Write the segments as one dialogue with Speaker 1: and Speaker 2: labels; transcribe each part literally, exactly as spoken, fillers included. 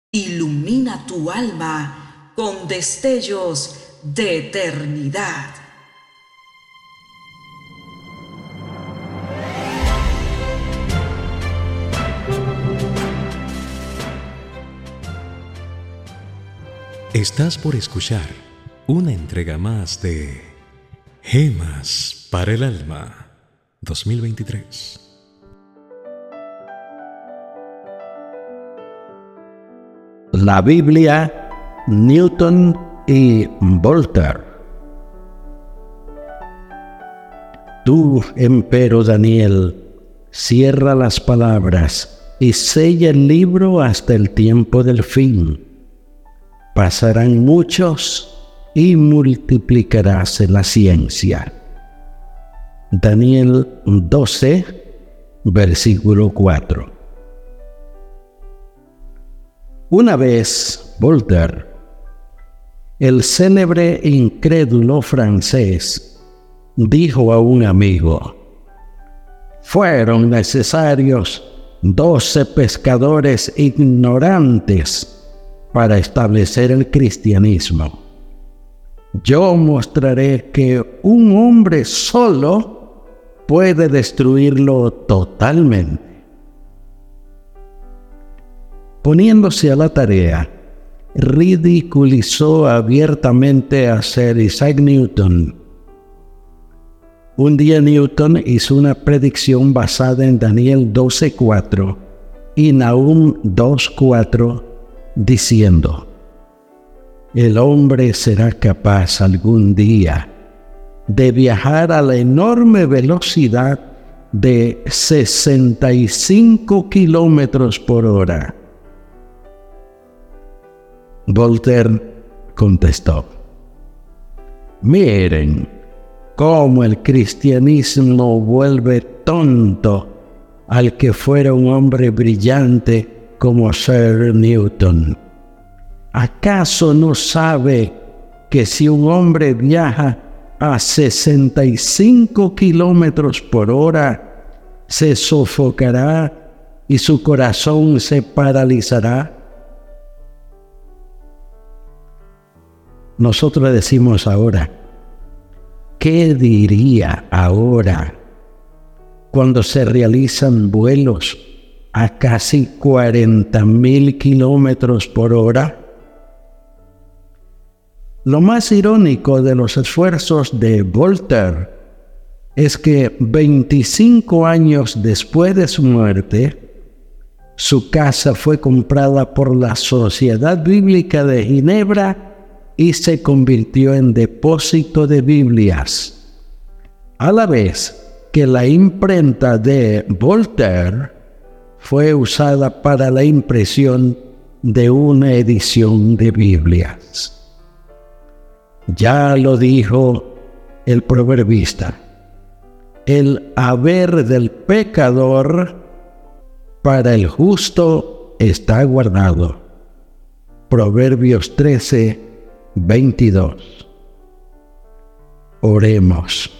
Speaker 1: Ilumina tu alma con destellos de eternidad.
Speaker 2: Estás por escuchar una entrega más de Gemas para el Alma dos mil veintitrés.
Speaker 3: La Biblia, Newton y Voltaire. Tú, empero, Daniel, cierra las palabras y sella el libro hasta el tiempo del fin. Pasarán muchos y multiplicaráse la ciencia. Daniel doce, versículo cuatro. Una vez, Voltaire, el célebre incrédulo francés, dijo a un amigo: fueron necesarios doce pescadores ignorantes para establecer el cristianismo. Yo mostraré que un hombre solo puede destruirlo totalmente. Poniéndose a la tarea, ridiculizó abiertamente a Sir Isaac Newton. Un día Newton hizo una predicción basada en Daniel doce cuatro y Nahum dos cuatro, diciendo: el hombre será capaz algún día de viajar a la enorme velocidad de sesenta y cinco kilómetros por hora. Voltaire contestó: miren cómo el cristianismo vuelve tonto al que fuera un hombre brillante como Sir Newton. ¿Acaso no sabe que si un hombre viaja a sesenta y cinco kilómetros por hora, se sofocará y su corazón se paralizará? Nosotros decimos ahora: ¿qué diría ahora cuando se realizan vuelos a casi cuarenta mil kilómetros por hora? Lo más irónico de los esfuerzos de Voltaire es que veinticinco años después de su muerte, su casa fue comprada por la Sociedad Bíblica de Ginebra y se convirtió en depósito de Biblias, a la vez que la imprenta de Voltaire fue usada para la impresión de una edición de Biblias. Ya lo dijo el proverbista: el haber del pecador para el justo está guardado. Proverbios trece, veintidós. Oremos.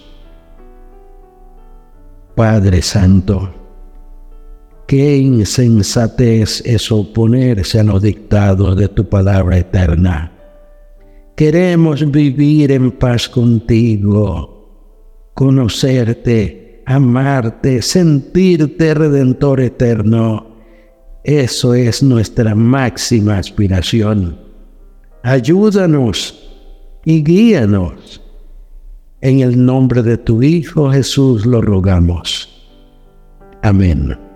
Speaker 3: Padre Santo, qué insensatez es oponerse a los dictados de tu palabra eterna. Queremos vivir en paz contigo, conocerte, amarte, sentirte Redentor eterno. Eso es nuestra máxima aspiración. Ayúdanos y guíanos. En el nombre de tu Hijo Jesús lo rogamos. Amén.